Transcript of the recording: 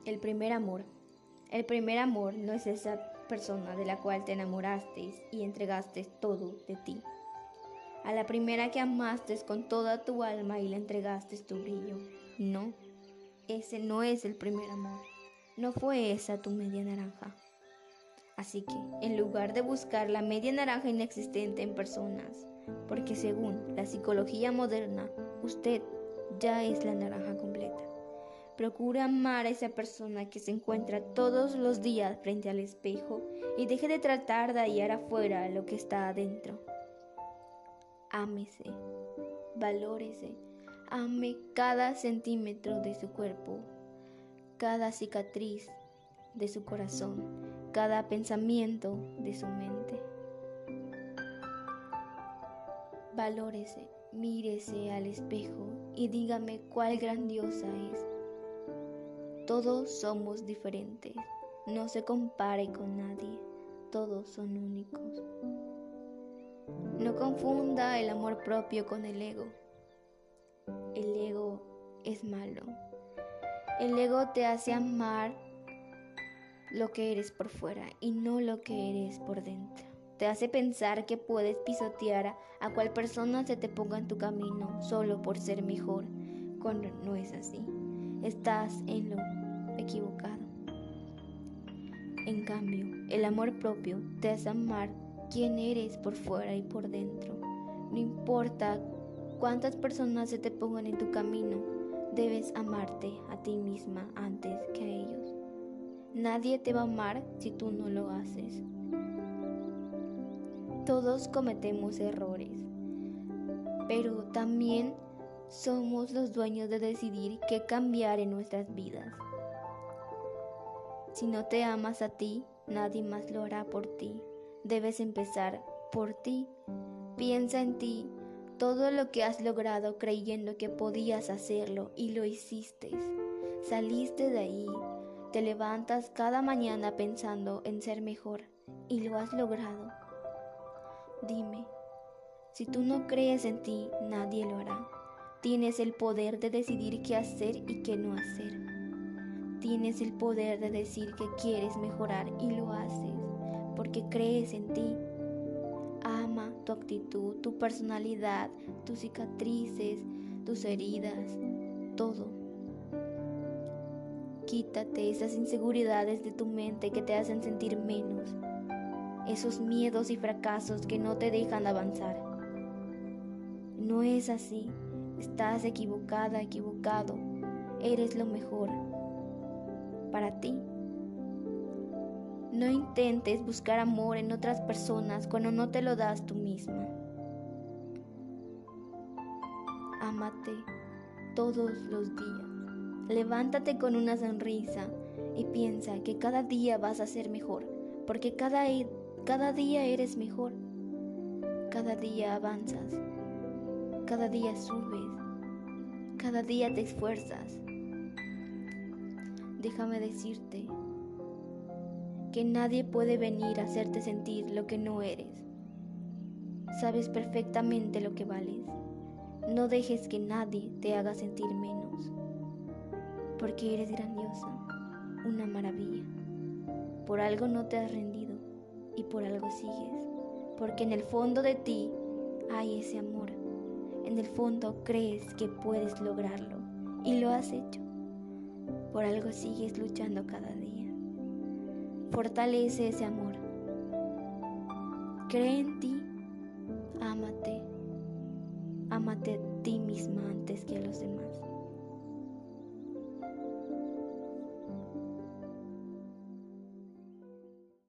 El primer amor. El primer amor no es esa persona de la cual te enamoraste y entregaste todo de ti. A la primera que amaste con toda tu alma y le entregaste tu brillo. No, ese no es el primer amor. No fue esa tu media naranja. Así que, en lugar de buscar la media naranja inexistente en personas, porque según la psicología moderna, usted ya es la naranja completa. Procura amar a esa persona que se encuentra todos los días frente al espejo y deje de tratar de hallar afuera lo que está adentro. Ámese, valórese, ame cada centímetro de su cuerpo, cada cicatriz de su corazón, cada pensamiento de su mente. Valórese, mírese al espejo y dígame cuál grandiosa es. Todos somos diferentes, no se compare con nadie, todos son únicos. No confunda el amor propio con el ego. El ego es malo. El ego te hace amar lo que eres por fuera y no lo que eres por dentro. Te hace pensar que puedes pisotear a cual persona se te ponga en tu camino solo por ser mejor, cuando no es así. Estás en lo equivocado. En cambio, el amor propio te hace amar quién eres por fuera y por dentro. No importa cuántas personas se te pongan en tu camino, debes amarte a ti misma antes que a ellos. Nadie te va a amar si tú no lo haces. Todos cometemos errores, pero también somos los dueños de decidir qué cambiar en nuestras vidas. Si no te amas a ti, nadie más lo hará por ti. Debes empezar por ti. Piensa en ti, todo lo que has logrado creyendo que podías hacerlo y lo hiciste. Saliste de ahí, te levantas cada mañana pensando en ser mejor y lo has logrado. Dime, si tú no crees en ti, nadie lo hará. Tienes el poder de decidir qué hacer y qué no hacer. Tienes el poder de decir que quieres mejorar y lo haces porque crees en ti. Ama tu actitud, tu personalidad, tus cicatrices, tus heridas, todo. Quítate esas inseguridades de tu mente que te hacen sentir menos, esos miedos y fracasos que no te dejan avanzar. No es así, estás equivocada, equivocado, eres lo mejor para ti. No intentes buscar amor en otras personas cuando no te lo das tú misma. Ámate todos los días. Levántate con una sonrisa y piensa que cada día vas a ser mejor, porque cada día eres mejor. Cada día avanzas, cada día subes, cada día te esfuerzas. Déjame decirte que nadie puede venir a hacerte sentir lo que no eres. Sabes perfectamente lo que vales. No dejes que nadie te haga sentir menos, porque eres grandiosa, una maravilla. Por algo no te has rendido y por algo sigues, porque en el fondo de ti hay ese amor. En el fondo crees que puedes lograrlo y lo has hecho. Por algo sigues luchando cada día. Fortalece ese amor. Cree en ti. Ámate. Ámate a ti misma antes que a los demás.